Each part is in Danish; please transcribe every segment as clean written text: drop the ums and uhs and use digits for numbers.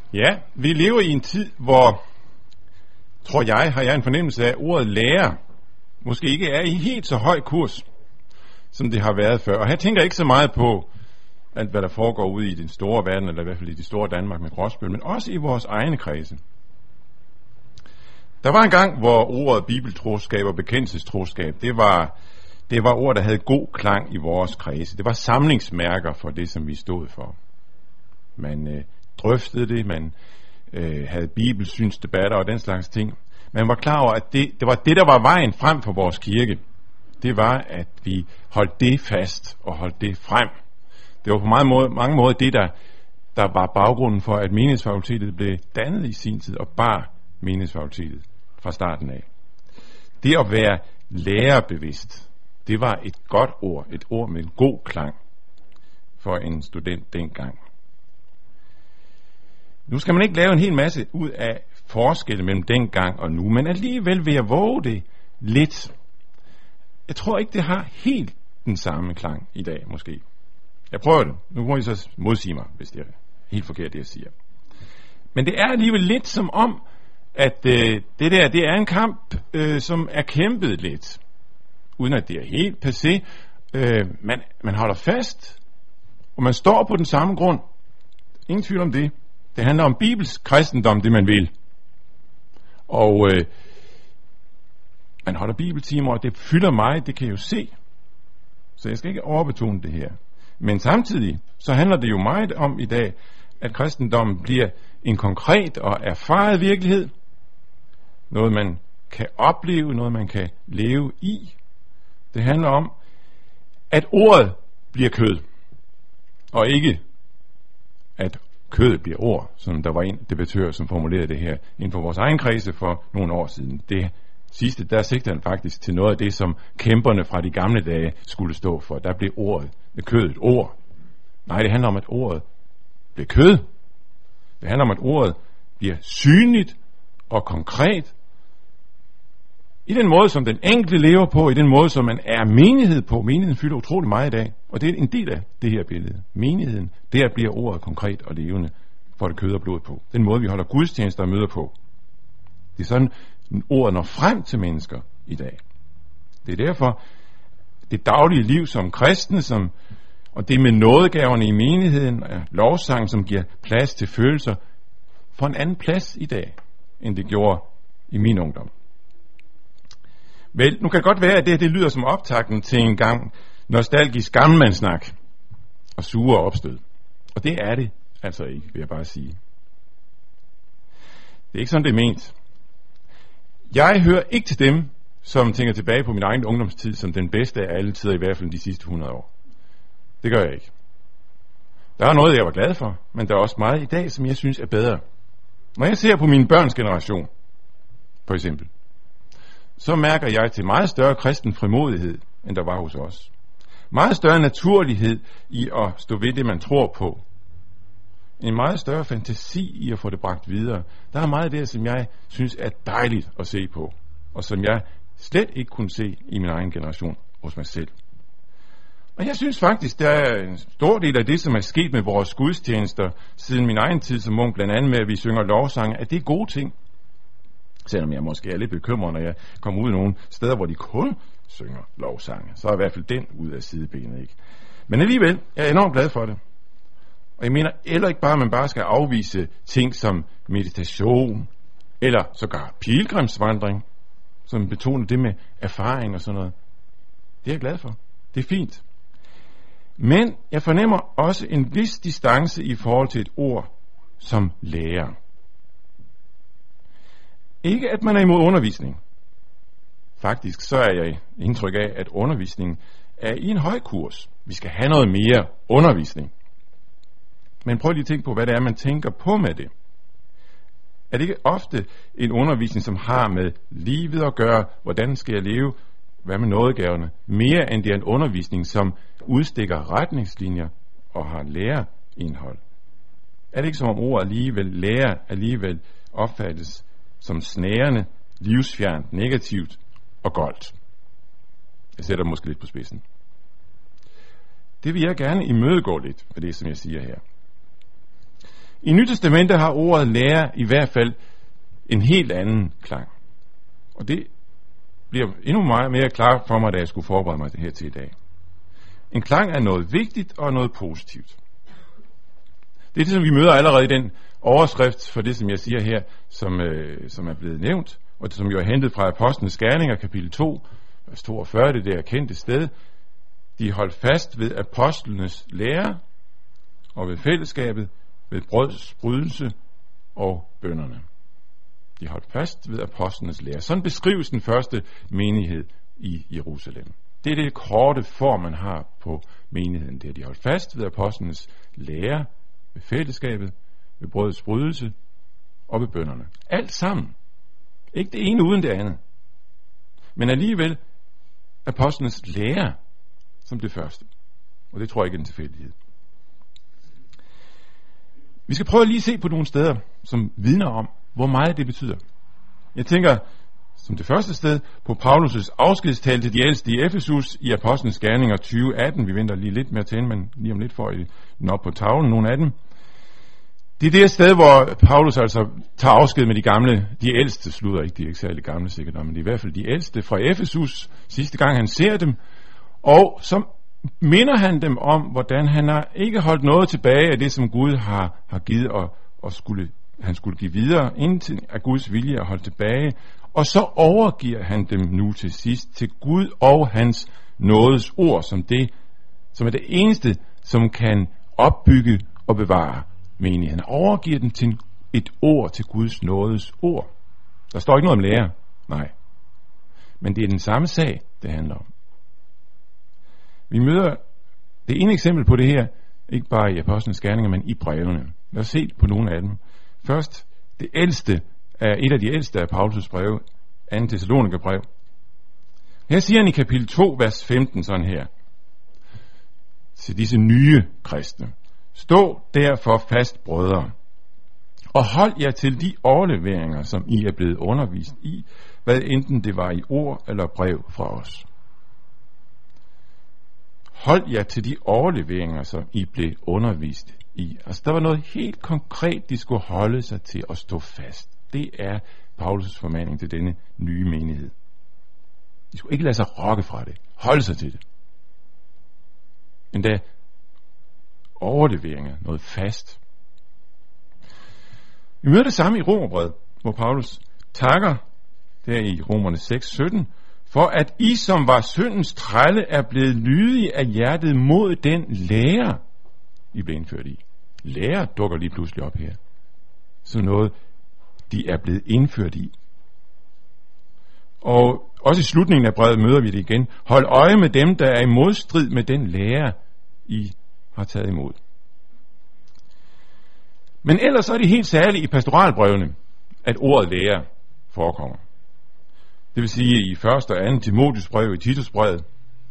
Ja, vi lever i en tid, hvor, har jeg en fornemmelse af, at ordet lærer måske ikke er i helt så høj kurs, som det har været før. Og her tænker jeg ikke så meget på alt, hvad der foregår ude i den store verden, eller i hvert fald i det store Danmark med gråspil, men også i vores egne kredse. Der var en gang, hvor ordet bibeltroskab og bekendelsestroskab, det var ord, der havde god klang i vores kredse. Det var samlingsmærker for det, som vi stod for. Man drøftede det, man havde bibelsynsdebatter og den slags ting. Man var klar over, at det var det, der var vejen frem for vores kirke. Det var, at vi holdt det fast og holdt det frem. Det var på mange måder det, der var baggrunden for, at menighedsfakultetet blev dannet i sin tid og bar menighedsfakultetet fra starten af. Det at være lærerbevidst, det var et godt ord, et ord med en god klang for en student dengang. Nu skal man ikke lave en hel masse ud af forskelle mellem dengang og nu, men alligevel vil jeg våge det lidt. Jeg tror ikke, det har helt den samme klang i dag, måske. Jeg prøver det. Nu må I så modsige mig, hvis det er helt forkert, det jeg siger. Men det er alligevel lidt som om, at det er en kamp, som er kæmpet lidt. Uden at det er helt passé. Man holder fast, og man står på den samme grund. Ingen tvivl om det. Det handler om bibelsk kristendom, det man vil. Og man holder bibeltimer, og det fylder mig, det kan jeg jo se. Så jeg skal ikke overbetone det her. Men samtidig, så handler det jo meget om i dag, at kristendommen bliver en konkret og erfaret virkelighed. Noget man kan opleve, noget man kan leve i. Det handler om, at ordet bliver kød, og ikke at kødet bliver ord, som der var en debattør, som formulerede det her inden for vores egen kredse for nogle år siden. Det sidste, der sigter han faktisk til noget af det, som kæmperne fra de gamle dage skulle stå for. Der blev ordet med kødet ord. Nej, det handler om, at ordet bliver kød. Det handler om, at ordet bliver synligt og konkret i den måde, som den enkelte lever på, i den måde, som man er menighed på. Menigheden fylder utrolig meget i dag, og det er en del af det her billede. Menigheden, der bliver ordet konkret og levende, for det kød og blod på. Den måde, vi holder gudstjenester og møder på. Det er sådan, ordet når frem til mennesker i dag. Det er derfor, det daglige liv som kristne, og det med nådegaverne i menigheden, lovsang, som giver plads til følelser, får en anden plads i dag, end det gjorde i min ungdom. Vel, nu kan det godt være, at det lyder som optakten til en gang nostalgisk gammelmandssnak og sure opstød. Og det er det altså ikke, vil jeg bare sige. Det er ikke sådan, det er ment. Jeg hører ikke til dem, som tænker tilbage på min egen ungdomstid som den bedste af alle tider, i hvert fald de sidste 100 år. Det gør jeg ikke. Der er noget, jeg var glad for, men der er også meget i dag, som jeg synes er bedre. Når jeg ser på min børns generation, for eksempel, så mærker jeg til meget større kristen frimodighed, end der var hos os. Meget større naturlighed i at stå ved det, man tror på. En meget større fantasi i at få det bragt videre. Der er meget af det, som jeg synes er dejligt at se på, og som jeg slet ikke kunne se i min egen generation hos mig selv. Og jeg synes faktisk, der er en stor del af det, som er sket med vores gudstjenester siden min egen tid som ung, blandt andet med, at vi synger lovsange, at det er gode ting. Selvom jeg måske er lidt bekymret, når jeg kommer ud i nogle steder, hvor de kun synger lovsange, så er i hvert fald den ud af sidebenet, ikke? Men alligevel, jeg er enormt glad for det. Og jeg mener heller ikke bare, at man bare skal afvise ting som meditation, eller sågar pilgrimsvandring, som betoner det med erfaring og sådan noget. Det er jeg glad for. Det er fint. Men jeg fornemmer også en vis distance i forhold til et ord som lærer. Ikke at man er imod undervisning. Faktisk så er jeg indtryk af, at undervisningen er i en høj kurs. Vi skal have noget mere undervisning. Men prøv lige at tænke på, hvad det er, man tænker på med det. Er det ikke ofte en undervisning, som har med livet at gøre, hvordan skal jeg leve, hvad med nådegaverne, mere end det er en undervisning, som udstikker retningslinjer og har læreindhold? Er det ikke som om ordet alligevel opfattes som snærende, livsfjernt, negativt og goldt? Jeg sætter måske lidt på spidsen. Det vil jeg gerne imødegå lidt for det, som jeg siger her. I Nyt Testamente har ordet lære i hvert fald en helt anden klang. Og det bliver endnu meget mere klart for mig, da jeg skulle forberede mig det her til i dag. En klang er noget vigtigt og noget positivt. Det er det, som vi møder allerede i den overskrift for det, som jeg siger her, som er blevet nævnt, og som jo er hentet fra Apostlenes Gerninger, kapitel 2, vers 42, det der kendte sted. De holdt fast ved apostlenes lære og ved fællesskabet, ved brøds brydelse og bønnerne. De holdt fast ved apostlenes lære. Sådan beskrives den første menighed i Jerusalem. Det er det korte form, man har på menigheden. Det er, de holdt fast ved apostlenes lære, ved fællesskabet, ved brødets brydelse og ved bønnerne. Alt sammen. Ikke det ene uden det andet. Men alligevel apostlenes lære som det første. Og det tror jeg ikke er en tilfældighed. Vi skal prøve at lige se på nogle steder, som vidner om, hvor meget det betyder. Jeg tænker, som det første sted, på Paulus' afskedstale til de ældste i Efesus i Apostlenes Gerninger 20:18. Vi venter lige lidt mere til, men lige om lidt får I den op på tavlen, nogle af dem. Det er det sted, hvor Paulus altså tager afsked med de ældste, slutter ikke, de er ikke særlig gamle sikkert, men de er i hvert fald de ældste fra Efesus, sidste gang han ser dem, og så minder han dem om, hvordan han har ikke holdt noget tilbage af det, som Gud har givet, og han skulle give videre, indtil af Guds vilje at holde tilbage, og så overgiver han dem nu til sidst til Gud og hans nådes ord, som er det eneste, som kan opbygge og bevare menigheden. Han overgiver dem til et ord, til Guds nådes ord. Der står ikke noget om lære, nej. Men det er den samme sag, det handler om. Vi møder det ene eksempel på det her, ikke bare i Apostlenes Gerninger, men i brevene. Lad os se på nogle af dem. Først, det ældste er et af de ældste af Paulus' breve, 2. Thessalonikerbrev. Her siger han i kapitel 2, vers 15 sådan her, til disse nye kristne. Stå derfor fast, brødre, og hold jer til de overleveringer, som I er blevet undervist i, hvad enten det var i ord eller brev fra os. Hold jer til de overleveringer, som I blev undervist i. Altså, der var noget helt konkret, de skulle holde sig til at stå fast. Det er Paulus' formaning til denne nye menighed. De skulle ikke lade sig rokke fra det. Holde sig til det. Endda overleveringer, noget fast. Vi møder det samme i Romerbrevet, hvor Paulus takker der i Romerne 6:17, for at I, som var syndens trælle, er blevet lydige af hjertet mod den lære, I blev indført i. Lære dukker lige pludselig op her. Så noget, de er blevet indført i. Og også i slutningen af brevet møder vi det igen. Hold øje med dem, der er i modstrid med den lære, I har taget imod. Men ellers er det helt særligt i pastoralbrevene, at ordet lære forekommer. Det vil sige i 1. og 2. Timotheus brev, i Titusbrevet.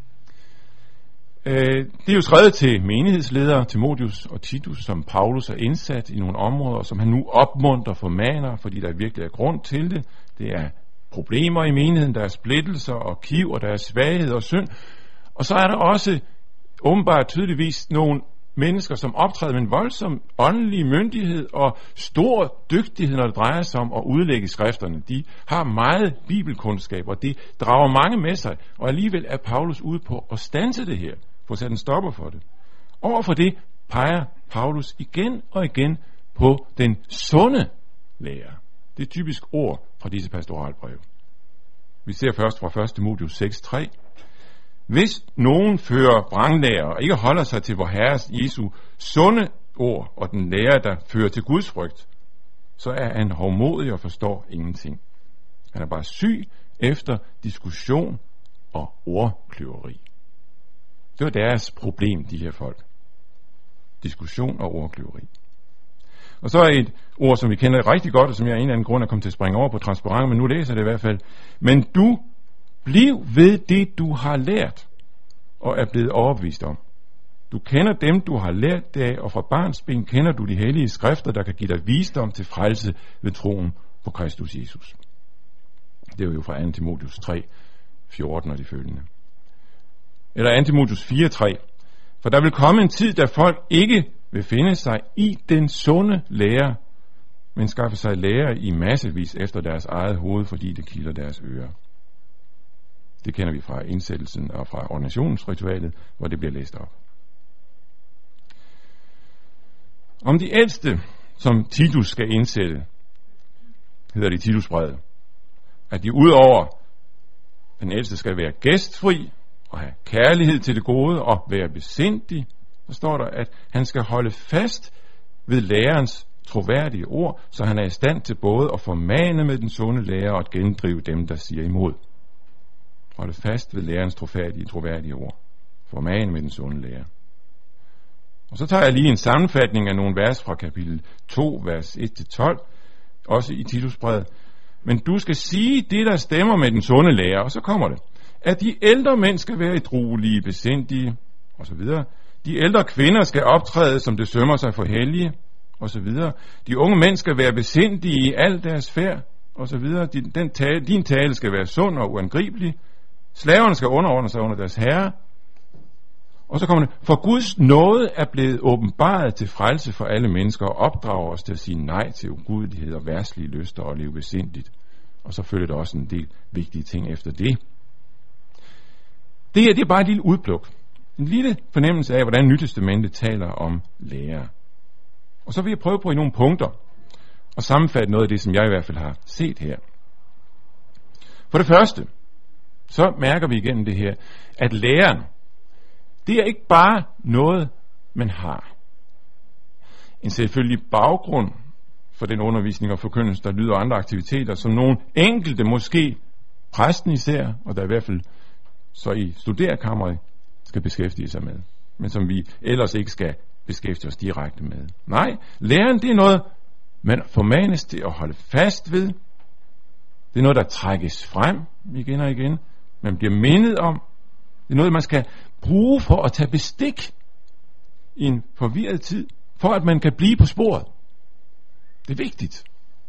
Det er jo skrevet til menighedsledere, Timotheus og Titus, som Paulus har indsat i nogle områder, som han nu opmuntrer, formaner, fordi der virkelig er grund til det. Det er problemer i menigheden, der er splittelser og kiv, og der er svaghed og synd. Og så er der også åbenbart tydeligvis nogle mennesker, som optræder med en voldsom åndelig myndighed og stor dygtighed, når det drejer sig om at udlægge skrifterne. De har meget bibelkundskab, og det drager mange med sig, og alligevel er Paulus ude på at standse det her, for at sætte en stopper for det. Overfor det peger Paulus igen og igen på den sunde lære. Det er typisk ord fra disse pastoralbreve. Vi ser først fra 1. Timotheus 6:3. Hvis nogen fører vranglære og ikke holder sig til vor Herres Jesu sunde ord og den lære, der fører til Guds frygt, så er han hovmodig og forstår ingenting. Han er bare syg efter diskussion og ordkløveri. Det var deres problem, de her folk. Diskussion og ordkløveri. Og så er et ord, som vi kender rigtig godt, og som jeg af en eller anden grund er kommet til at springe over på transparent, men nu læser jeg det i hvert fald. Men du bliv ved det, du har lært og er blevet overbevist om. Du kender dem, du har lært det af, og fra barnsben kender du de hellige skrifter, der kan give dig visdom til frelse ved troen på Kristus Jesus. Det er jo fra 2. Timotheus 3:14 og de følgende. Eller 2. Timotheus 4:3. For der vil komme en tid, da folk ikke vil finde sig i den sunde lære, men skaffe sig lære i massevis efter deres eget hoved, fordi det kilder deres ører. Det kender vi fra indsættelsen og fra ordinationsritualet, hvor det bliver læst op. Om de ældste, som Titus skal indsætte, hedder det i Titusbrevet, at de udover den ældste skal være gæstfri og have kærlighed til det gode og være besindig, så står der, at han skal holde fast ved lærerens troværdige ord, så han er i stand til både at formane med den sunde lære og at gendrive dem, der siger imod. Holde fast ved lærerens troværdige ord. Formane med den sunde lære. Og så tager jeg lige en sammenfatning af nogle vers fra kapitel 2, vers 1-12, også i Titusbrevet. Men du skal sige det, der stemmer med den sunde lære, og så kommer det. At de ældre mænd skal være ædruelige, besindige, osv. De ældre kvinder skal optræde, som det sømmer sig for hellige, osv. De unge mænd skal være besindige i al deres færd, osv. Din tale skal være sund og uangribelig. Slaverne skal underordne sig under deres herre. Og så kommer det, for Guds nåde er blevet åbenbaret til frelse for alle mennesker og opdrager os til at sige nej til ugudelighed og verdslige lyster og leve besindigt. Og så følger der også en del vigtige ting efter det. Det her, det er bare et lille udpluk. En lille fornemmelse af, hvordan Nytestamentet taler om lære. Og så vil jeg prøve på i nogle punkter og sammenfatte noget af det, som jeg i hvert fald har set her. For det første, så mærker vi igennem det her, at læren, det er ikke bare noget, man har. En selvfølgelig baggrund for den undervisning og forkyndelse, der lyder andre aktiviteter, som nogle enkelte, måske præsten især, og der i hvert fald så i studerekammeret, skal beskæftige sig med, men som vi ellers ikke skal beskæftige os direkte med. Nej, læren, det er noget, man formanes til at holde fast ved. Det er noget, der trækkes frem igen og igen. Man bliver mindet om. Det er noget, man skal bruge for at tage bestik i en forvirret tid, for at man kan blive på sporet. Det er vigtigt.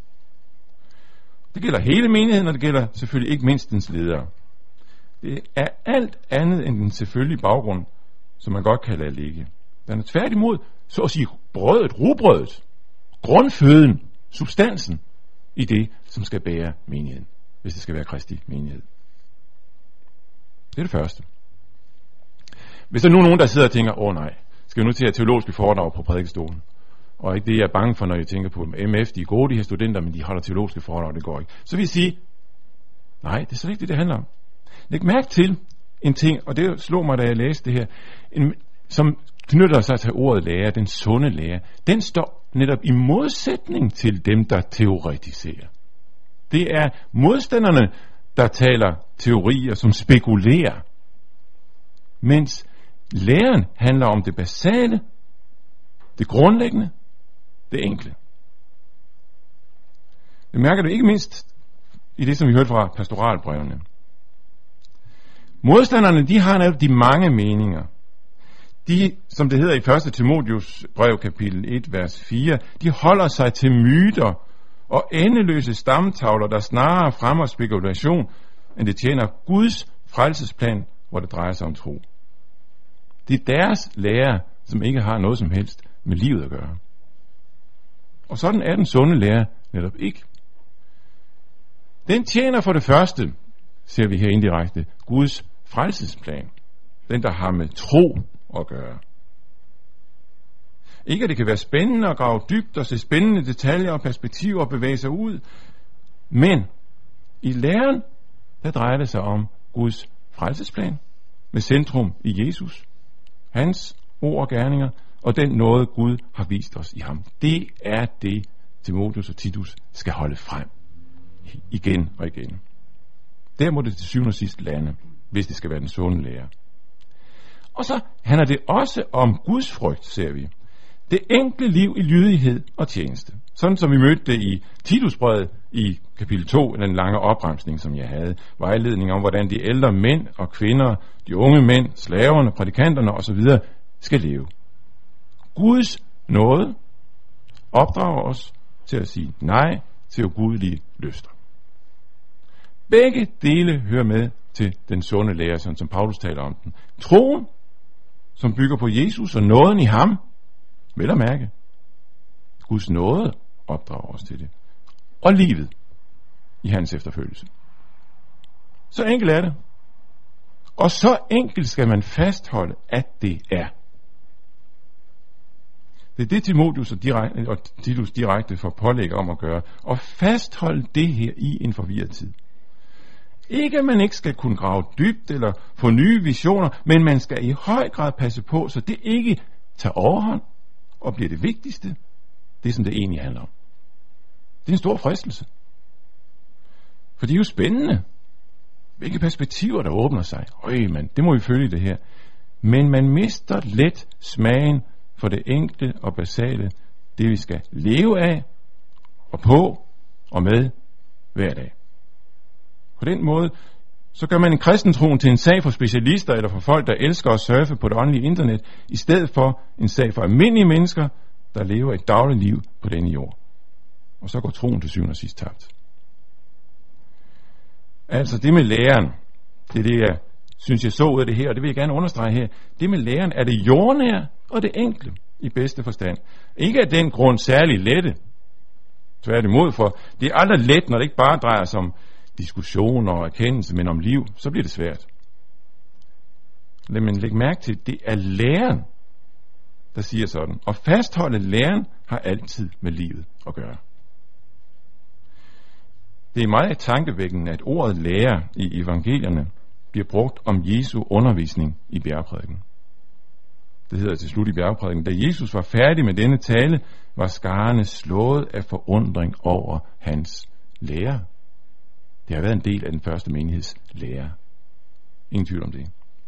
Det gælder hele menigheden, og det gælder selvfølgelig ikke mindst dens ledere. Det er alt andet end den selvfølgelige baggrund, som man godt kan lade ligge. Den er tværtimod, så at sige, rugbrødet, grundføden, substansen i det, som skal bære menigheden, hvis det skal være Kristi menighed. Det er det første. Hvis der nu er nogen, der sidder og tænker, nej, skal vi nu til at teologiske foredrag på prædikestolen? Og ikke det, jeg er bange for, når jeg tænker på MF, de er gode, de her studenter, men de holder teologiske foredrag, det går ikke. Så vil jeg sige, nej, det er slet ikke det handler om. Læg mærke til en ting, og det slog mig, da jeg læste det her, som knytter sig til ordet lære, den sunde lære. Den står netop i modsætning til dem, der teoretiserer. Det er modstanderne, der taler teorier, som spekulerer. Mens læren handler om det basale, det grundlæggende, det enkle. Det mærker du ikke mindst i det, som vi hørte fra pastoralbrevene. Modstanderne, de har netop de mange meninger. De, som det hedder i 1. Timotheus brev kapitel 1, vers 4, de holder sig til myter og endeløse stamtavler, der snarere fremmer spekulation, end det tjener Guds frelsesplan, hvor det drejer sig om tro. Det er deres lære, som ikke har noget som helst med livet at gøre. Og sådan er den sunde lære netop ikke. Den tjener for det første, ser vi her indirekte, Guds frelsesplan. Den, der har med tro at gøre. Ikke at det kan være spændende at grave dybt og se spændende detaljer og perspektiver og bevæge sig ud, men i læren, der drejer det sig om Guds frelsesplan med centrum i Jesus, hans ord og gerninger, og den nåde Gud har vist os i ham. Det er det, Timotheus og Titus skal holde frem igen og igen. Der må det til syvende og sidst lande, hvis det skal være den sunde lære. Og så handler det også om Guds frygt, ser vi. Det enkle liv i lydighed og tjeneste. Sådan som vi mødte det i Titusbrevet i kapitel 2, den lange opremsning, som jeg havde. Vejledning om, hvordan de ældre mænd og kvinder, de unge mænd, slaverne, prædikanterne osv. skal leve. Guds nåde opdrager os til at sige nej til ugudelige lyster. Begge dele hører med til den sunde lære, som Paulus taler om den. Troen, som bygger på Jesus og nåden i ham, vel at mærke. Guds nåde opdrager os til det. Og livet i hans efterfølgelse. Så enkelt er det. Og så enkelt skal man fastholde, at det er. Det er det, Timotheus og Titus direkte får pålæg om at gøre. Og fastholde det her i en forvirret tid. Ikke at man ikke skal kunne grave dybt eller få nye visioner, men man skal i høj grad passe på, så det ikke tager overhånd og bliver det vigtigste, det som det egentlig handler om. Det er en stor fristelse. For det er jo spændende, hvilke perspektiver der åbner sig. Det må vi følge det her. Men man mister let smagen for det enkle og basale, det vi skal leve af og på og med hver dag. På den måde, så gør man en kristentroen til en sag for specialister eller for folk, der elsker at surfe på det åndelige internet, i stedet for en sag for almindelige mennesker, der lever et dagligt liv på denne jord. Og så går troen til syvende og sidst tabt. Altså det med læren, det er det, jeg synes, jeg så ud af det her, og det vil jeg gerne understrege her. Det med læren er det jordnære og det enkle i bedste forstand. Ikke af den grund særlig lette. Tværtimod, for det er aldrig let, når det ikke bare drejer sig om diskussioner og erkendelse, men om liv, så bliver det svært. Men læg mærke til, det er læren, der siger sådan. Og fastholde læren har altid med livet at gøre. Det er meget tankevækkende, at ordet lære i evangelierne bliver brugt om Jesu undervisning i bjergprædiken. Det hedder til slut i bjergprædiken, da Jesus var færdig med denne tale, var skarne slået af forundring over hans lære. Det har været en del af den første menigheds lære. Ingen tvivl om det.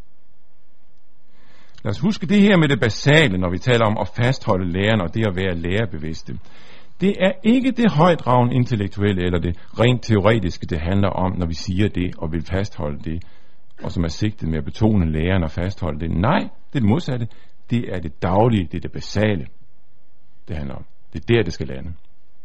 Lad os huske det her med det basale, når vi taler om at fastholde læren og det at være lærerbevidste. Det er ikke det højtravende intellektuelle eller det rent teoretiske, det handler om, når vi siger det og vil fastholde det, og som er sigtet med at betone læren og fastholde det. Nej, det er det modsatte. Det er det daglige, det er det basale, det handler om. Det er der, det skal lande.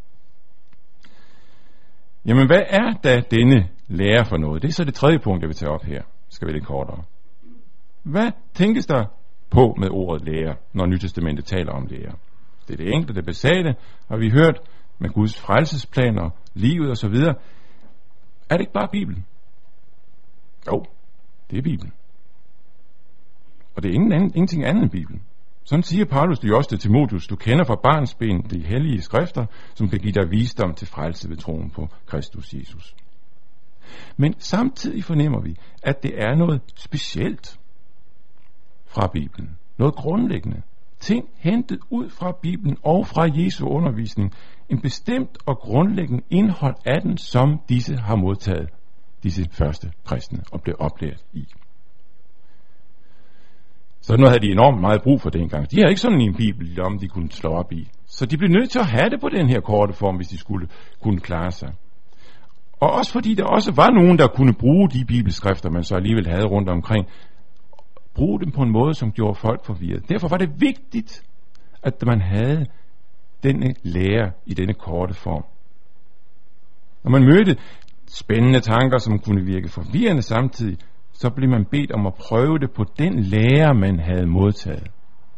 Jamen, hvad er da denne lære for noget? Det er så det tredje punkt, jeg vil tage op her. Skal vi lidt kortere. Hvad tænkes der på med ordet lære, når Nytestamentet taler om lære? Det er det enkle, det basale, har vi hørt med Guds frelsesplaner, livet osv. Er det ikke bare Bibelen? Jo, det er Bibelen. Og det er ingenting andet end Bibelen. Sådan siger Paulus det jo også til Timotheus. Du kender fra barnsben de hellige skrifter, som kan give dig visdom til frelse ved troen på Kristus Jesus. Men samtidig fornemmer vi, at det er noget specielt fra Bibelen. Noget grundlæggende. Ting hentet ud fra Bibelen og fra Jesu undervisning. En bestemt og grundlæggende indhold af den, som disse har modtaget, disse første kristne, og blev oplært i. Så noget havde de enormt meget brug for dengang. De havde ikke sådan en bibel, om de kunne slå op i. Så de blev nødt til at have det på den her korte form, hvis de skulle kunne klare sig. Og også fordi der også var nogen, der kunne bruge de bibelskrifter, man så alligevel havde rundt omkring, bruge dem på en måde, som gjorde folk forvirret. Derfor var det vigtigt, at man havde denne lære i denne korte form. Når man mødte spændende tanker, som kunne virke forvirrende samtidig, så blev man bedt om at prøve det på den lære, man havde modtaget.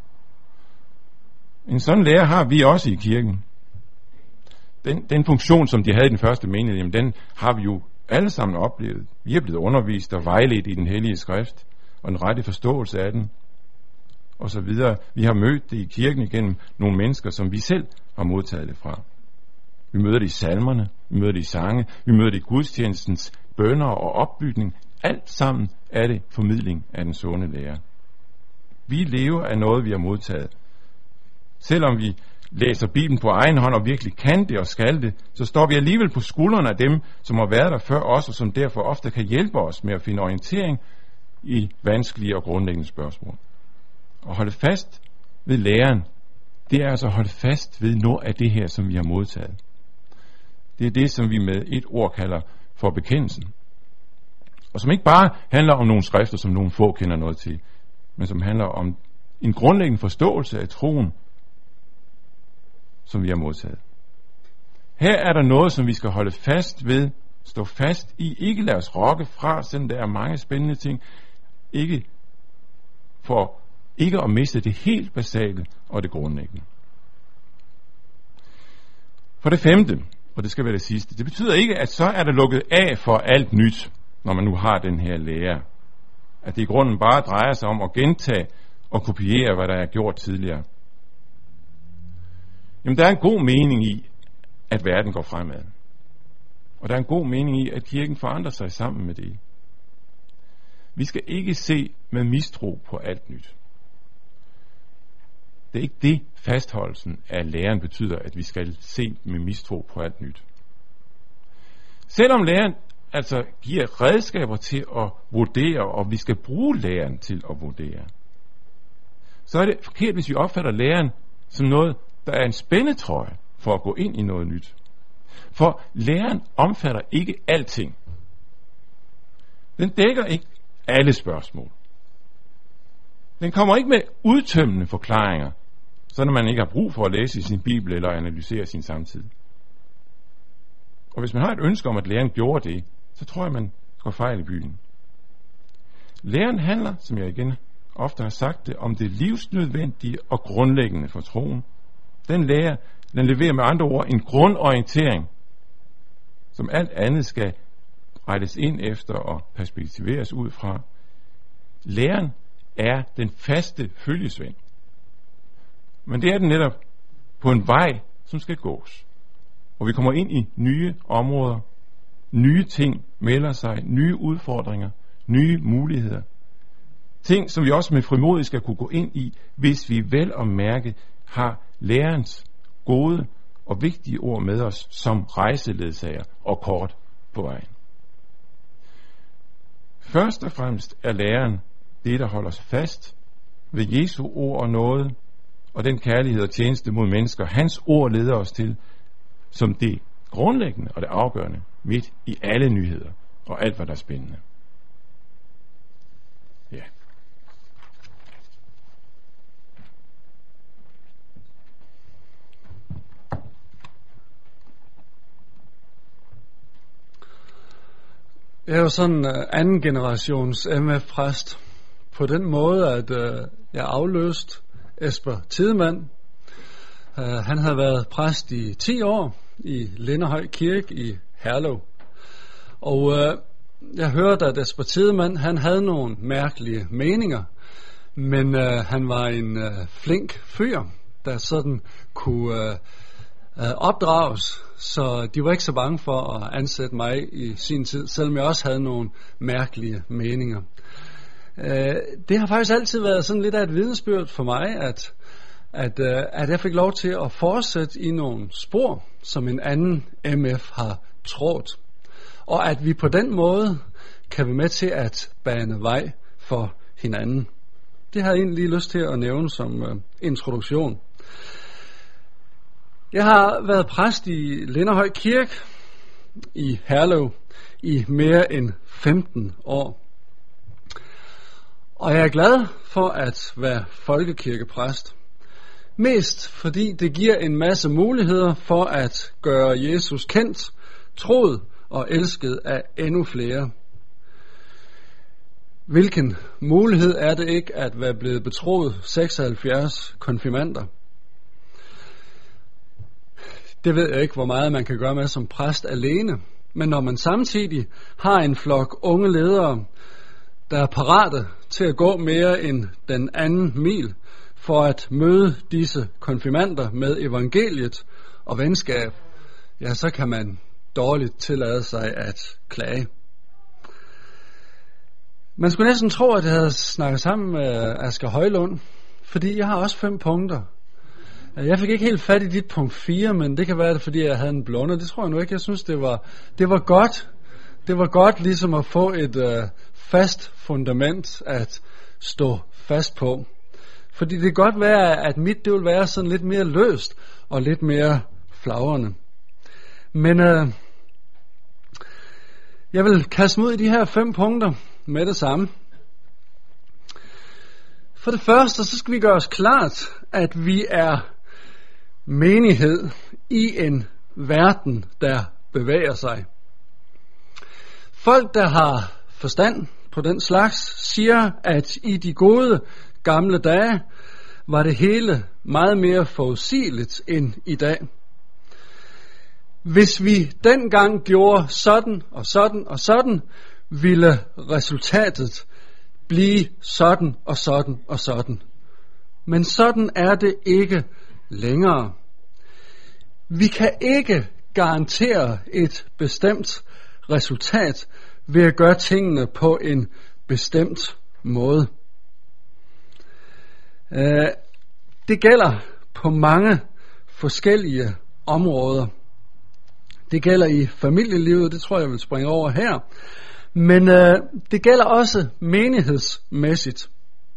En sådan lære har vi også i kirken. Den funktion, som de havde i den første menighed, jamen den har vi jo alle sammen oplevet. Vi er blevet undervist og vejledt i den hellige skrift, og en rette forståelse af den, og så videre. Vi har mødt det i kirken igennem nogle mennesker, som vi selv har modtaget det fra. Vi møder det i salmerne, vi møder det i sange, vi møder det i gudstjenestens bønner og opbygning. Alt sammen er det formidling af den sunde lære. Vi lever af noget, vi har modtaget. Selvom vi læser Bibelen på egen hånd og virkelig kan det og skal det, så står vi alligevel på skuldrene af dem, som har været der før os, og som derfor ofte kan hjælpe os med at finde orientering i vanskelige og grundlæggende spørgsmål. Og holde fast ved læren, det er altså at holde fast ved noget af det her, som vi har modtaget. Det er det, som vi med et ord kalder for bekendelsen. Og som ikke bare handler om nogle skrifter, som nogle få kender noget til, men som handler om en grundlæggende forståelse af troen, som vi har modtaget. Her er der noget, som vi skal holde fast ved, stå fast i, ikke lade os rokke fra, selvom der er mange spændende ting, ikke for ikke at miste det helt basale og det grundlæggende. For det femte, og det skal være det sidste, det betyder ikke, at så er der lukket af for alt nyt, når man nu har den her lære. At det i grunden bare drejer sig om at gentage og kopiere, hvad der er gjort tidligere. Jamen, der er en god mening i, at verden går fremad. Og der er en god mening i, at kirken forandrer sig sammen med det. Vi skal ikke se med mistro på alt nyt. Det er ikke det, fastholdelsen af læren betyder, at vi skal se med mistro på alt nyt. Selvom læren altså giver redskaber til at vurdere, og vi skal bruge læren til at vurdere, så er det forkert, hvis vi opfatter læren som noget, der er en spændetrøje for at gå ind i noget nyt. For læren omfatter ikke alting. Den dækker ikke alle spørgsmål. Den kommer ikke med udtømmende forklaringer, så når man ikke har brug for at læse i sin bibel eller analysere sin samtid. Og hvis man har et ønske om, at læren gjorde det, så tror jeg, man går fejl i byen. Læren handler, som jeg igen ofte har sagt det, om det livsnødvendige og grundlæggende for troen. Den leverer med andre ord en grundorientering, som alt andet skal rettes ind efter og perspektiveres ud fra. Læren er den faste følgesvend. Men det er den netop på en vej, som skal gås. Og vi kommer ind i nye områder, nye ting melder sig, nye udfordringer, nye muligheder. Ting, som vi også med frimodighed skal kunne gå ind i, hvis vi vel og mærke har lærerens gode og vigtige ord med os som rejseledsager og kort på vejen. Først og fremmest er læreren det, der holder os fast ved Jesu ord og nåde, og den kærlighed og tjeneste mod mennesker, hans ord leder os til, som det grundlæggende og det afgørende midt i alle nyheder og alt, hvad der er spændende. Ja. Jeg er jo sådan anden generations MF-præst på den måde, at jeg afløst Esper Tidemand. Han havde været præst i 10 år i Linderhøj Kirke i Herlev. Og jeg hørte, at Esper Tidemand, han havde nogle mærkelige meninger, men han var en flink fyr, der sådan kunne opdrages, så de var ikke så bange for at ansætte mig i sin tid, selvom jeg også havde nogle mærkelige meninger. Det har faktisk altid været sådan lidt af et vidnesbyrd for mig, at jeg fik lov til at fortsætte i nogle spor, som en anden MF har trådt. Og at vi på den måde kan være med til at bane vej for hinanden. Det har jeg egentlig lige lyst til at nævne som introduktion. Jeg har været præst i Linderhøj Kirke i Herlev i mere end 15 år. Og jeg er glad for at være folkekirkepræst. Mest fordi det giver en masse muligheder for at gøre Jesus kendt, troet og elsket af endnu flere. Hvilken mulighed er det ikke at være blevet betroet 76 konfirmander? Det ved jeg ikke, hvor meget man kan gøre med som præst alene. Men når man samtidig har en flok unge ledere, der er parate til at gå mere end den anden mil for at møde disse konfirmander med evangeliet og venskab, ja, så kan man dårligt tillade sig at klage. Man skulle næsten tro, at jeg havde snakket sammen med Asger Højlund, fordi jeg har også 5 punkter. Jeg fik ikke helt fat i dit punkt 4, men det kan være det, fordi jeg havde en blonde. Det tror jeg nu ikke. Jeg synes, det var godt. Det var godt ligesom at få et fast fundament at stå fast på. Fordi det kan godt være, at mit det vil være sådan lidt mere løst og lidt mere flagrende. Men jeg vil kaste mig ud i de her 5 punkter med det samme. For det første, så skal vi gøre os klart, at vi er menighed i en verden, der bevæger sig. Folk, der har forstand på den slags, siger, at i de gode gamle dage var det hele meget mere forudsigeligt end i dag. Hvis vi dengang gjorde sådan og sådan og sådan, ville resultatet blive sådan og sådan og sådan. Men sådan er det ikke længere. Vi kan ikke garantere et bestemt resultat ved at gøre tingene på en bestemt måde. Det gælder på mange forskellige områder. Det gælder i familielivet, det tror jeg vil springe over her. Men det gælder også menighedsmæssigt.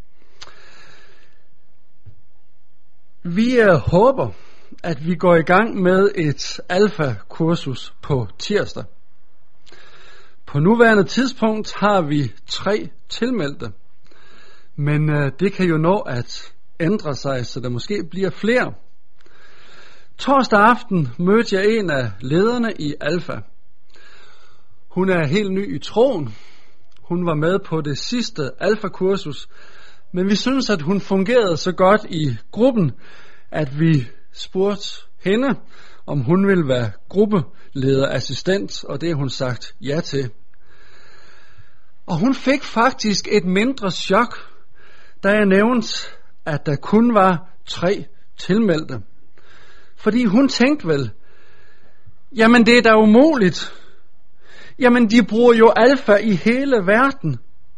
Vi håber, at vi går i gang med et alfa-kursus på tirsdag. På nuværende tidspunkt har vi 3 tilmeldte, men det kan jo nå at ændre sig, så der måske bliver flere. Torsdag aften mødte jeg en af lederne i Alfa. Hun er helt ny i troen. Hun var med på det sidste Alfa-kursus, men vi synes, at hun fungerede så godt i gruppen, at vi spurgte hende, om hun ville være gruppelederassistent, og det har hun sagt ja til. Og hun fik faktisk et mindre chok, da jeg nævnte, at der kun var 3 tilmeldte. Fordi hun tænkte vel, jamen det er da umuligt. Jamen de bruger jo alfa i hele verden.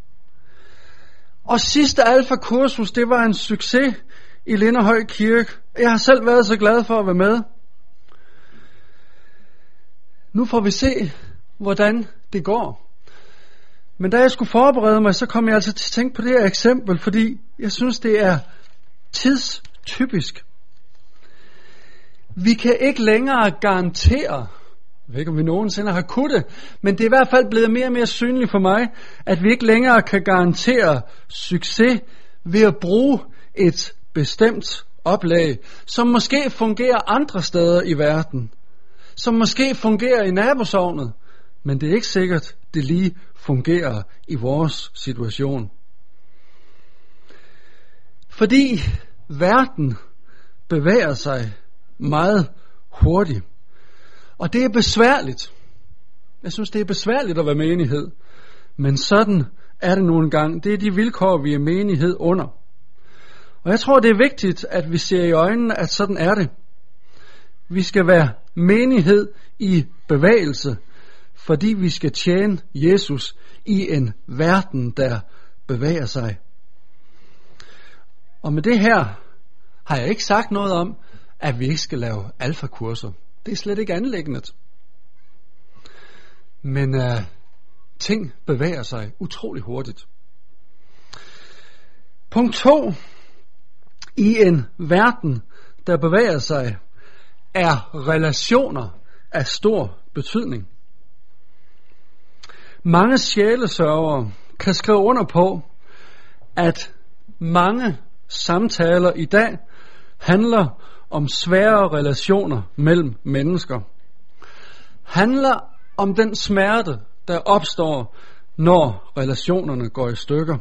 Og sidste alfa-kursus, det var en succes i Linderhøj Kirke. Jeg har selv været så glad for at være med. Nu får vi se, hvordan det går. Men da jeg skulle forberede mig, så kom jeg altså til at tænke på det her eksempel, fordi jeg synes, det er tidstypisk. Vi kan ikke længere garantere, jeg ved ikke om vi nogensinde har kunnet det, men det er i hvert fald blevet mere og mere synligt for mig, at vi ikke længere kan garantere succes ved at bruge et bestemt oplag, som måske fungerer andre steder i verden, som måske fungerer i nabosognet, men det er ikke sikkert, det lige fungerer i vores situation. Fordi verden bevæger sig meget hurtigt. Og det er besværligt. Jeg synes, det er besværligt at være menighed. Men sådan er det nogle gange. Det er de vilkår, vi er menighed under. Og jeg tror, det er vigtigt, at vi ser i øjnene, at sådan er det. Vi skal være menighed i bevægelse, fordi vi skal tjene Jesus i en verden, der bevæger sig. Og med det her har jeg ikke sagt noget om, at vi ikke skal lave alfakurser. Det er slet ikke anliggendet. Men ting bevæger sig utrolig hurtigt. Punkt 2. I en verden, der bevæger sig, er relationer af stor betydning. Mange sjælesørgere kan skrive under på, at mange samtaler i dag handler om svære relationer mellem mennesker. Handler om den smerte, der opstår, når relationerne går i stykker.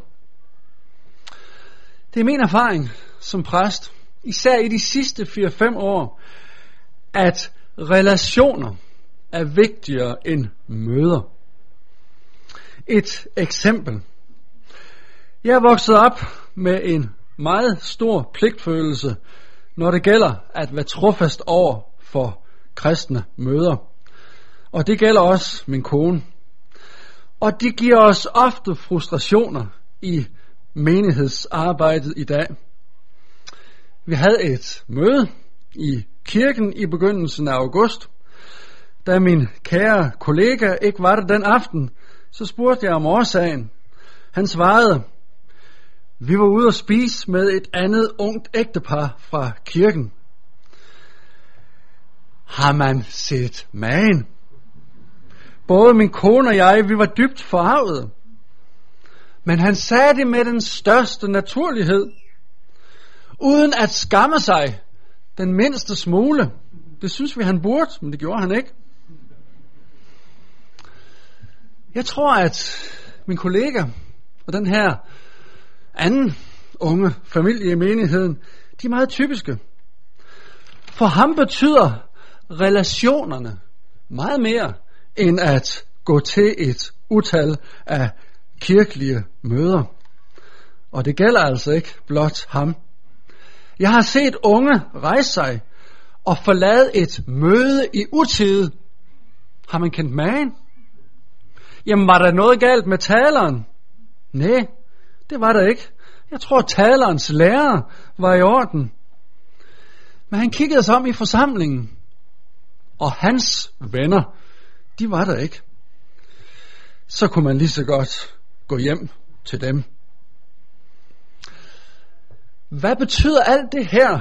Det er min erfaring som præst, især i de sidste 4-5 år, at relationer er vigtigere end møder. Et eksempel. Jeg er vokset op med en meget stor pligtfølelse, når det gælder at være trofast over for kristne møder. Og det gælder også min kone. Og det giver os ofte frustrationer i menighedsarbejdet i dag. Vi havde et møde i kirken i begyndelsen af august. Da min kære kollega ikke var der den aften, så spurgte jeg om årsagen. Han svarede, vi var ude at spise med et andet ungt ægtepar fra kirken. Har man set magen? Både min kone og jeg, vi var dybt forarvede. Men han sagde det med den største naturlighed, uden at skamme sig den mindste smule. Det synes vi, han burde, men det gjorde han ikke. Jeg tror, at min kollega og den her anden unge familie i menigheden, de er meget typiske. For ham betyder relationerne meget mere, end at gå til et utal af kirkelige møder. Og det gælder altså ikke blot ham. Jeg har set unge rejse sig og forlade et møde i utide. Har man kendt magen? Jamen, var der noget galt med taleren? Nej, det var der ikke. Jeg tror, talerens lærer var i orden. Men han kiggede sig om i forsamlingen, og hans venner, de var der ikke. Så kunne man lige så godt gå hjem til dem. Hvad betyder alt det her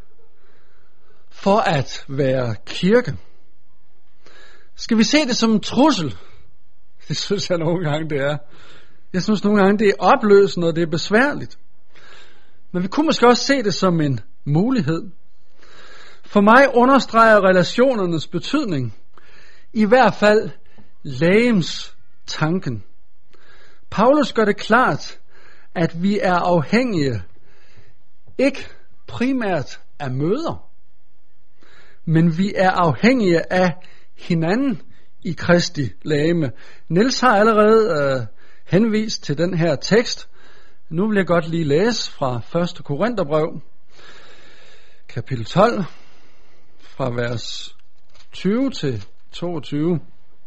for at være kirke? Skal vi se det som en trussel? Det synes jeg nogle gange, det er. Jeg synes nogle gange, det er opløsende, og det er besværligt. Men vi kunne måske også se det som en mulighed. For mig understreger relationernes betydning, i hvert fald legems tanken. Paulus gør det klart, at vi er afhængige, ikke primært af møder, men vi er afhængige af hinanden i Kristi legeme. Niels har allerede henvist til den her tekst. Nu vil jeg godt lige læse fra 1. Korintherbrev, kapitel 12, fra vers 20 til 22.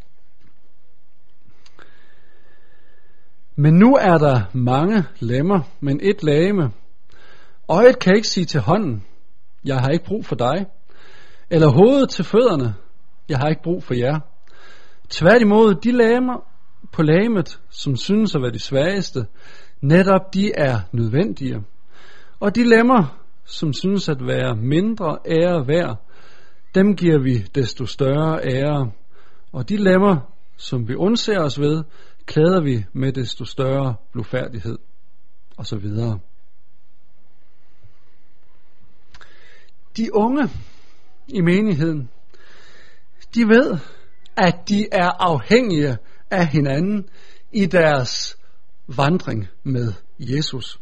Men nu er der mange lemmer, men et legeme. Øjet kan ikke sige til hånden, jeg har ikke brug for dig. Eller hovedet til fødderne, jeg har ikke brug for jer. Tværtimod, de lemmer på legemet, som synes at være de svageste, netop de er nødvendige. Og de lemmer, som synes at være mindre ære værd, dem giver vi desto større ære. Og de lemmer, som vi undser os ved, klæder vi med desto større blufærdighed. Og så videre. De unge i menigheden, de ved, at de er afhængige af hinanden i deres vandring med Jesus.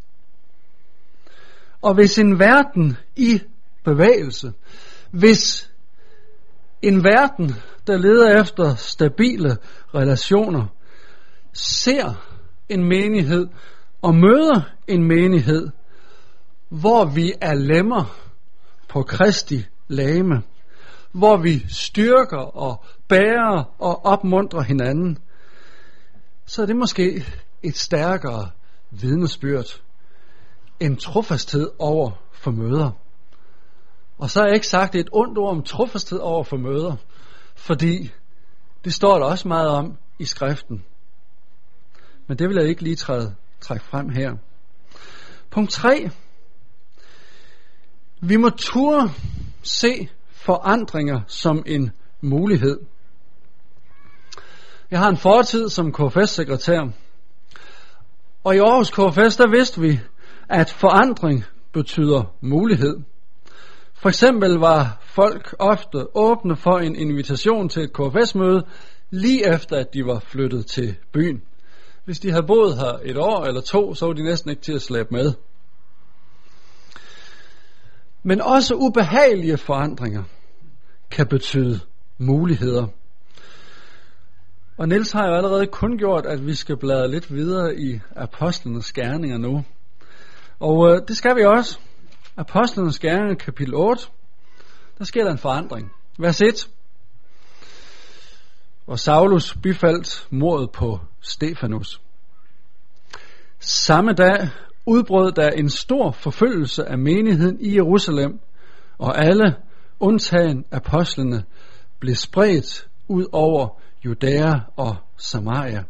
Og hvis en verden i bevægelse, hvis en verden, der leder efter stabile relationer, ser en menighed og møder en menighed, hvor vi er lemmer på Kristi legeme, hvor vi styrker og bærer og opmuntrer hinanden, så er det måske et stærkere vidnesbyrd, en trofasthed over for møder. Og så har jeg ikke sagt et ondt ord om trofasthed over for møder, fordi det står der også meget om i skriften. Men det vil jeg ikke lige trække frem her. Punkt 3. Vi må turde se forandringer som en mulighed. Jeg har en fortid som KFS-sekretær, og i Aarhus KFS, der vidste vi, at forandring betyder mulighed. For eksempel var folk ofte åbne for en invitation til et KFS-møde, lige efter at de var flyttet til byen. Hvis de havde boet her et år eller to, så var de næsten ikke til at slæbe med. Men også ubehagelige forandringer kan betyde muligheder. Og Niels har jo allerede kundgjort, at vi skal bladre lidt videre i Apostlenes Gerninger nu. Og det skal vi også. Apostlenes Gerninger, kapitel 8. Der sker der en forandring. Vers 1. Og Saulus bifaldt mordet på Stefanus. Samme dag udbrød der en stor forfølgelse af menigheden i Jerusalem, og alle, undtagen apostlene, blev spredt ud over Judæa og Samaria.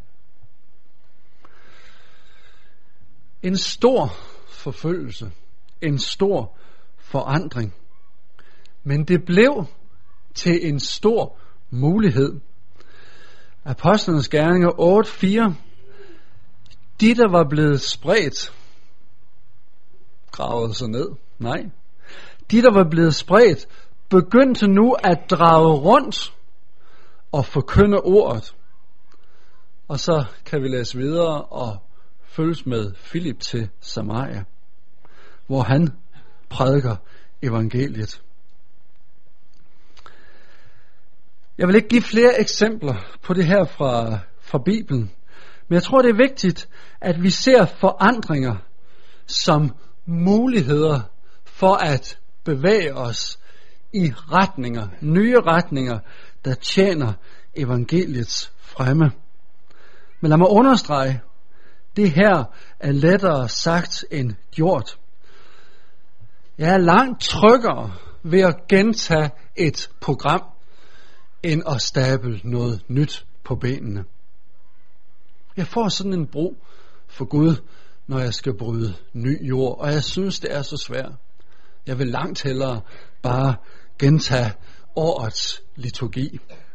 En stor forfølgelse, en stor forandring, men det blev til en stor mulighed. Apostlenes Gerninger 8:4. De, der var blevet spredt, gravede sig ned. Nej. De, der var blevet spredt, begyndte nu at drage rundt og forkynde ordet. Og så kan vi læse videre og følges med Filip til Samaria, hvor han prædiker evangeliet. Jeg vil ikke give flere eksempler på det her fra Bibelen, men jeg tror, det er vigtigt, at vi ser forandringer som muligheder for at bevæge os i retninger, nye retninger, der tjener evangeliets fremme. Men lad mig understrege, det her er lettere sagt end gjort. Jeg er langt tryggere ved at gentage et program, end at stable noget nyt på benene. Jeg får sådan en brug for Gud, når jeg skal bryde ny jord, og jeg synes, det er så svært. Jeg vil langt hellere bare gentage årets liturgi.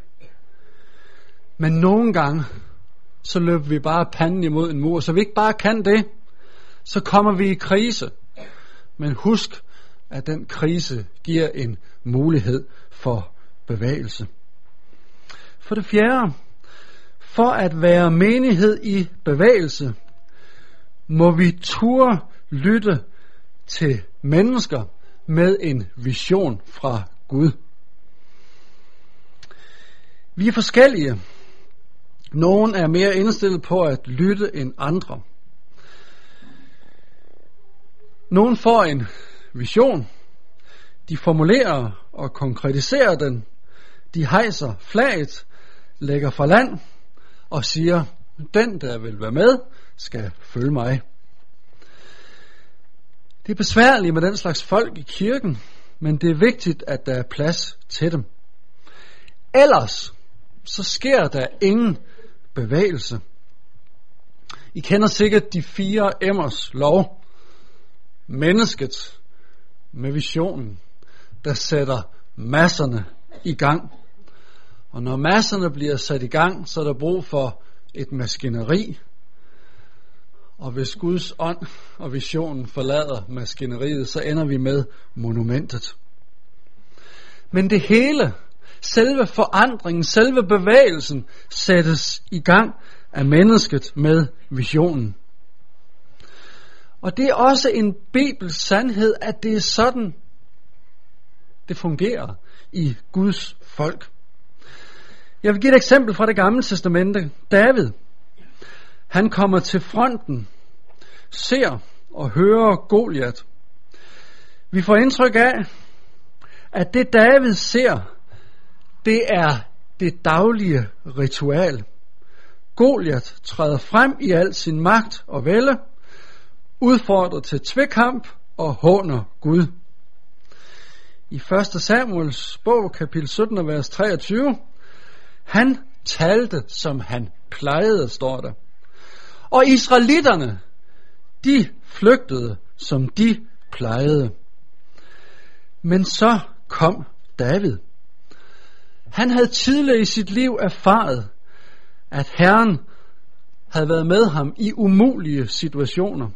Men nogle gange, så løber vi bare panden imod en mur, så vi ikke bare kan det, så kommer vi i krise. Men husk, at den krise giver en mulighed for bevægelse. For det fjerde, for at være menighed i bevægelse, må vi turde lytte til mennesker med en vision fra Gud. Vi er forskellige. Nogen er mere indstillet på at lytte end andre. Nogen får en vision. De formulerer og konkretiserer den. De hejser flaget, lægger fra land og siger, den der vil være med, skal følge mig. Det er besværligt med den slags folk i kirken, men det er vigtigt, at der er plads til dem. Ellers så sker der ingen bevægelse. I kender sikkert de 4 M'ers lov. Mennesket med visionen, der sætter masserne i gang. Og når masserne bliver sat i gang, så er der brug for et maskineri. Og hvis Guds ånd og visionen forlader maskineriet, så ender vi med monumentet. Men det hele, selve forandringen, selve bevægelsen, sættes i gang af mennesket med visionen. Og det er også en bibelsk sandhed, at det er sådan, det fungerer i Guds folk. Jeg vil give et eksempel fra det gamle testamente. David, han kommer til fronten, ser og hører Goliat. Vi får indtryk af, at det David ser, det er det daglige ritual. Goliat træder frem i al sin magt og vælde, udfordrer til tvekamp og håner Gud. I 1. Samuels bog, kapitel 17, vers 23, han talte, som han plejede, står der. Og israelitterne, de flygtede, som de plejede. Men så kom David. Han havde tidligere i sit liv erfaret, at Herren havde været med ham i umulige situationer.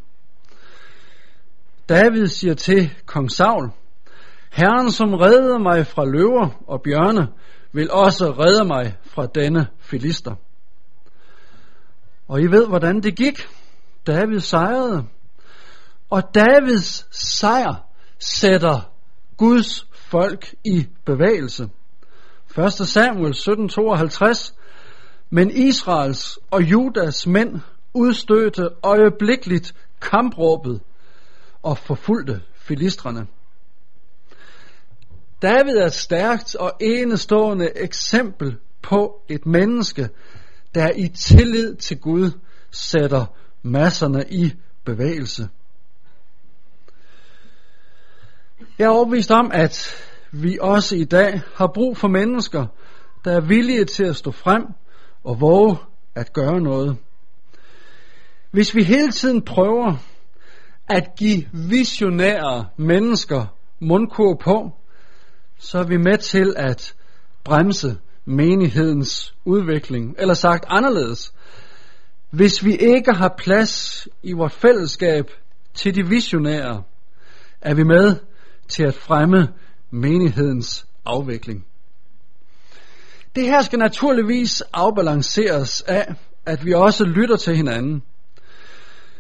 David siger til kong Saul, Herren, som reddede mig fra løver og bjørne, vil også redde mig fra denne filister. Og I ved, hvordan det gik. David sejrede. Og Davids sejr sætter Guds folk i bevægelse. 1. Samuel 17:52. Men Israels og Judas mænd udstødte øjeblikkeligt kampråbet og forfulgte filistrene. David er et stærkt og enestående eksempel på et menneske, der i tillid til Gud sætter masserne i bevægelse. Jeg er overbevist om, at vi også i dag har brug for mennesker, der er villige til at stå frem og våge at gøre noget. Hvis vi hele tiden prøver at give visionære mennesker mundkur på, så er vi med til at bremse menighedens udvikling. Eller sagt anderledes, hvis vi ikke har plads i vort fællesskab til de visionære, er vi med til at fremme menighedens afvikling. Det her skal naturligvis afbalanceres af, at vi også lytter til hinanden.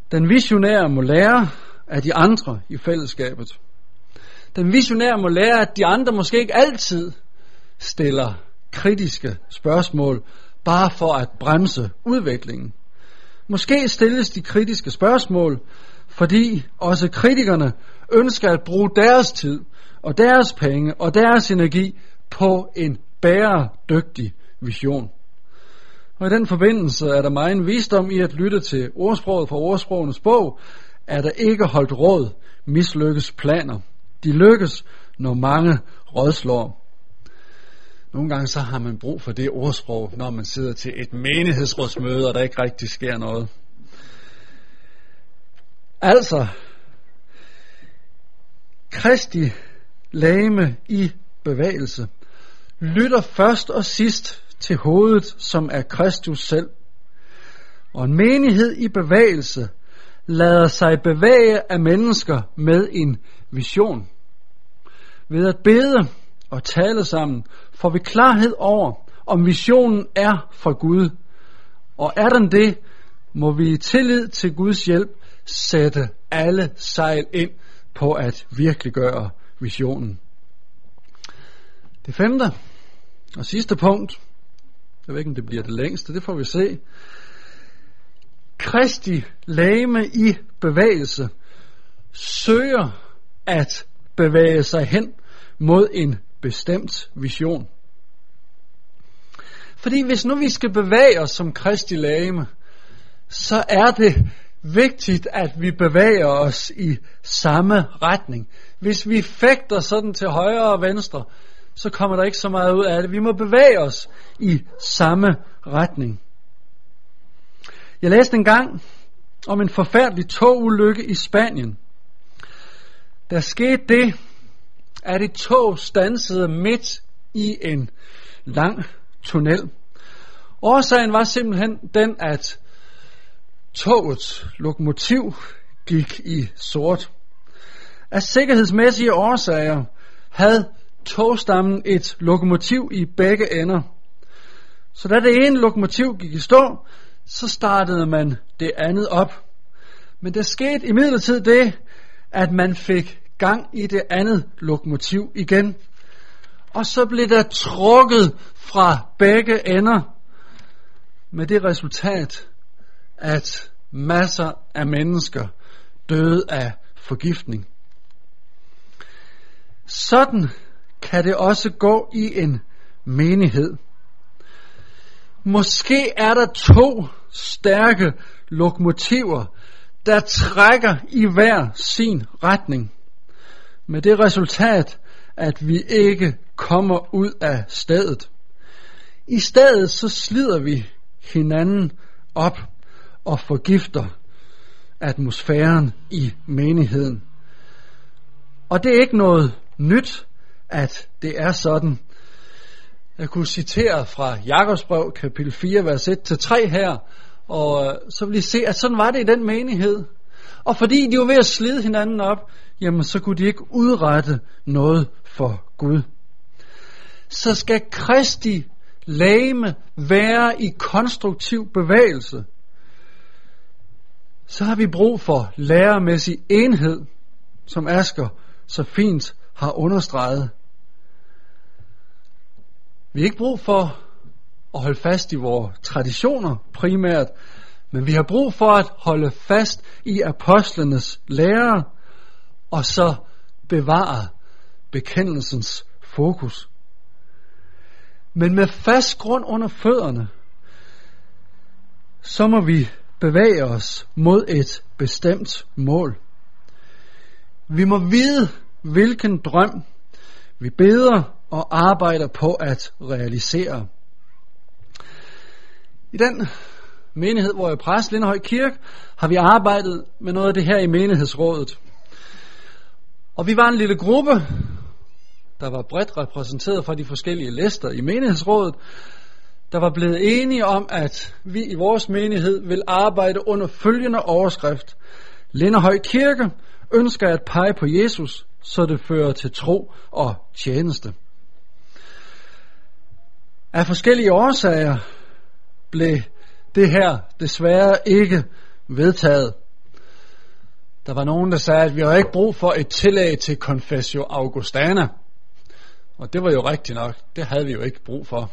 Den visionære må lære af de andre i fællesskabet. Den visionære må lære, at de andre måske ikke altid stiller kritiske spørgsmål, bare for at bremse udviklingen. Måske stilles de kritiske spørgsmål, fordi også kritikerne ønsker at bruge deres tid og deres penge og deres energi på en bæredygtig vision. Og i den forbindelse er der megen visdom i at lytte til ordsproget fra Ordsprogenes bog, er der ikke holdt råd, mislykkes planer. De lykkes, når mange rådslår. Nogle gange så har man brug for det ordsprog, når man sidder til et menighedsrådsmøde, og der ikke rigtig sker noget. Altså, Kristi legeme i bevægelse lytter først og sidst til hovedet, som er Kristus selv. Og en menighed i bevægelse lader sig bevæge af mennesker med en vision. Ved at bede og tale sammen får vi klarhed over, om visionen er fra Gud. Og er den det, må vi i tillid til Guds hjælp sætte alle sejl ind på at virkeliggøre visionen. Det 5. og sidste punkt, jeg ved ikke om det bliver det længste, det får vi se. Kristi legeme i bevægelse søger at bevæge sig hen mod en bestemt vision. Fordi hvis nu vi skal bevæge os som Kristi legeme, så er det vigtigt, at vi bevæger os i samme retning. Hvis vi fægter sådan til højre og venstre, så kommer der ikke så meget ud af det. Vi må bevæge os i samme retning. Jeg læste engang om en forfærdelig togulykke i Spanien. Der skete det, at et tog standsede midt i en lang tunnel. Årsagen var simpelthen den, at togets lokomotiv gik i sort. Af sikkerhedsmæssige årsager havde togstammen et lokomotiv i begge ender. Så da det ene lokomotiv gik i stå, så startede man det andet op. Men der skete imidlertid det, at man fik gang i det andet lokomotiv igen. Og så blev der trukket fra begge ender, med det resultat, at masser af mennesker døde af forgiftning. Sådan kan det også gå i en menighed. Måske er der 2 stærke lokomotiver, der trækker i hver sin retning, med det resultat, at vi ikke kommer ud af stedet. I stedet så slider vi hinanden op og forgifter atmosfæren i menigheden. Og det er ikke noget nyt, at det er sådan. Jeg kunne citere fra Jakobsbrev, kapitel 4, vers 1-3 her, og så vil I se, at sådan var det i den menighed. Og fordi de var ved at slide hinanden op, jamen så kunne de ikke udrette noget for Gud. Så skal Kristi legeme være i konstruktiv bevægelse, så har vi brug for lærermæssig enhed, som Asger så fint har understreget. Vi har ikke brug for at holde fast i vores traditioner primært, men vi har brug for at holde fast i apostlenes lære, og så bevare bekendelsens fokus. Men med fast grund under fødderne, så må vi bevæge os mod et bestemt mål. Vi må vide, hvilken drøm vi beder og arbejder på at realisere. I den menighed, hvor jeg er præst, Lindehøj Kirke, har vi arbejdet med noget af det her i menighedsrådet. Og vi var en lille gruppe, der var bredt repræsenteret fra de forskellige lister i menighedsrådet, der var blevet enige om, at vi i vores menighed vil arbejde under følgende overskrift: Lindehøj Kirke ønsker at pege på Jesus, så det fører til tro og tjeneste. Af forskellige årsager blev det her desværre ikke vedtaget. Der var nogen, der sagde, at vi har ikke brug for et tillæg til Confessio Augustana. Og det var jo rigtigt nok. Det havde vi jo ikke brug for.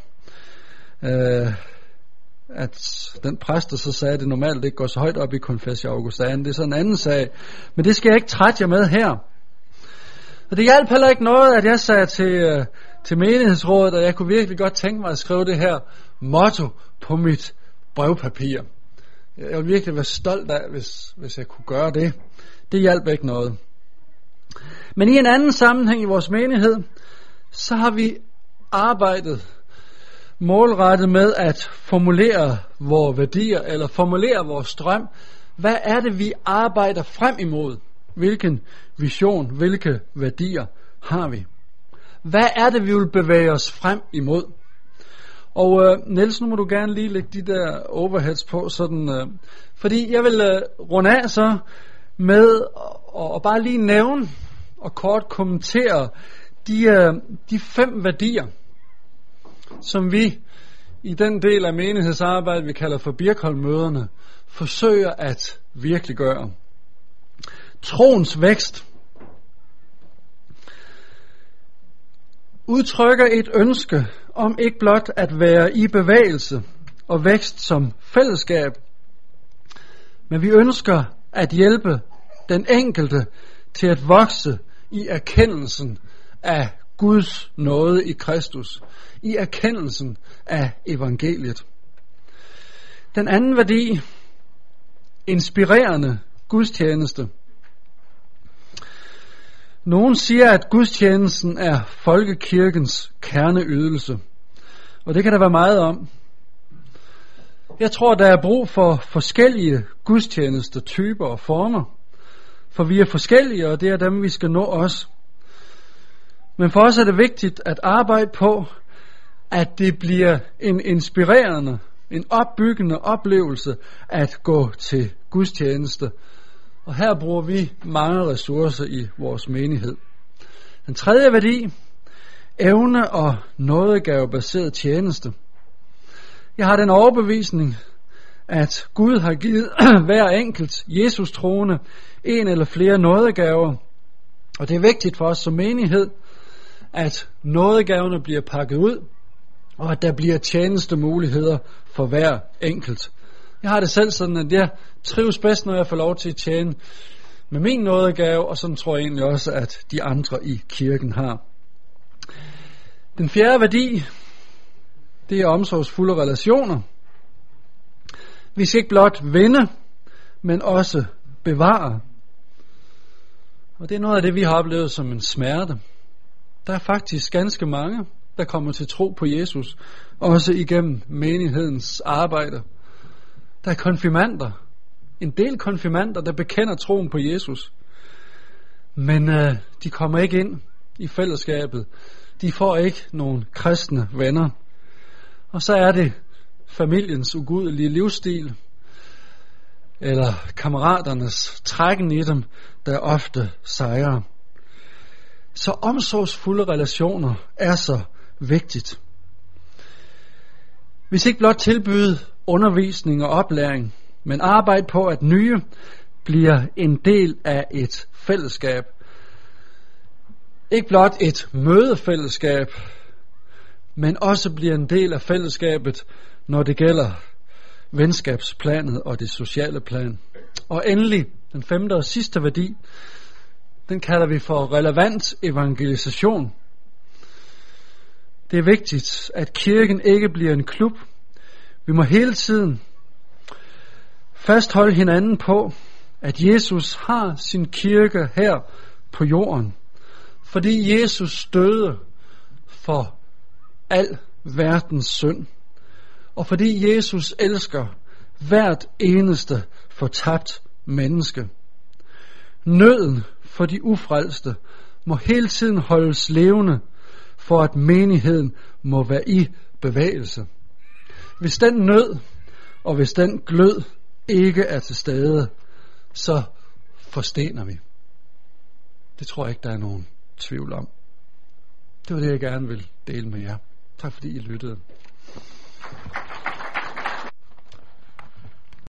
At den præst, der så sagde, at det normalt ikke går så højt op i Confessio Augustana, det er så en anden sag. Men det skal jeg ikke trætte jer med her. Og det hjalp heller ikke noget, at jeg sagde til menighedsrådet, at jeg kunne virkelig godt tænke mig at skrive det her motto på mit brevpapir. Jeg ville virkelig være stolt af, hvis jeg kunne gøre det. Det hjalp ikke noget. Men i en anden sammenhæng i vores menighed, så har vi arbejdet målrettet med at formulere vores værdier, eller formulere vores drøm. Hvad er det, vi arbejder frem imod? Hvilken vision, hvilke værdier har vi? Hvad er det, vi vil bevæge os frem imod? Og Niels, nu må du gerne lige lægge de der overheads på, sådan, fordi jeg vil runde af så med at bare lige nævne og kort kommentere de 5 værdier, som vi i den del af menighedsarbejdet, vi kalder for Birkholm-møderne, forsøger at virkeliggøre. Troens vækst udtrykker et ønske om ikke blot at være i bevægelse og vækst som fællesskab, men vi ønsker at hjælpe den enkelte til at vokse i erkendelsen af Guds nåde i Kristus, i erkendelsen af evangeliet. Den anden værdi, inspirerende gudstjeneste. Nogen siger, at gudstjenesten er folkekirkens kerneydelse, og det kan der være meget om. Jeg tror, der er brug for forskellige gudstjenestetyper og former, for vi er forskellige, og det er dem, vi skal nå også. Men for os er det vigtigt at arbejde på, at det bliver en inspirerende, en opbyggende oplevelse at gå til gudstjeneste. Og her bruger vi mange ressourcer i vores menighed. Den tredje værdi, evne og nådegavebaseret tjeneste. Jeg har den overbevisning, at Gud har givet hver enkelt Jesus troende en eller flere nådegaver. Og det er vigtigt for os som menighed, at nådegaverne bliver pakket ud, og at der bliver tjenestemuligheder for hver enkelt. Jeg har det selv sådan, at jeg trives bedst, når jeg får lov til at tjene med min nådegave, og sådan tror jeg egentlig også, at de andre i kirken har. Den fjerde værdi, det er omsorgsfulde relationer. Vi skal ikke blot vinde, men også bevare. Og det er noget af det, vi har oplevet som en smerte. Der er faktisk ganske mange, der kommer til tro på Jesus, også igennem menighedens arbejde. Der er konfirmander, en del konfirmander, der bekender troen på Jesus, men de kommer ikke ind i fællesskabet. De får ikke nogen kristne venner. Og så er det familiens ugudelige livsstil, eller kammeraternes trækken i dem, der ofte sejrer. Så omsorgsfulde relationer er så vigtigt. Hvis ikke blot tilbyde undervisning og oplæring, men arbejde på, at nye bliver en del af et fællesskab. Ikke blot et mødefællesskab, men også bliver en del af fællesskabet, når det gælder venskabsplanet og det sociale plan. Og endelig, den 5. og sidste værdi, den kalder vi for relevant evangelisation. Det er vigtigt, at kirken ikke bliver en klub. Vi må hele tiden fastholde hinanden på, at Jesus har sin kirke her på jorden. Fordi Jesus døde for al verdens synd. Og fordi Jesus elsker hvert eneste fortabt menneske. Nøden for de ufrelste må hele tiden holdes levende, for at menigheden må være i bevægelse. Hvis den nød og hvis den glød ikke er til stede, så forstener vi. Det tror jeg ikke, der er nogen tvivl om. Det var det, jeg gerne vil dele med jer. Tak fordi I lyttede.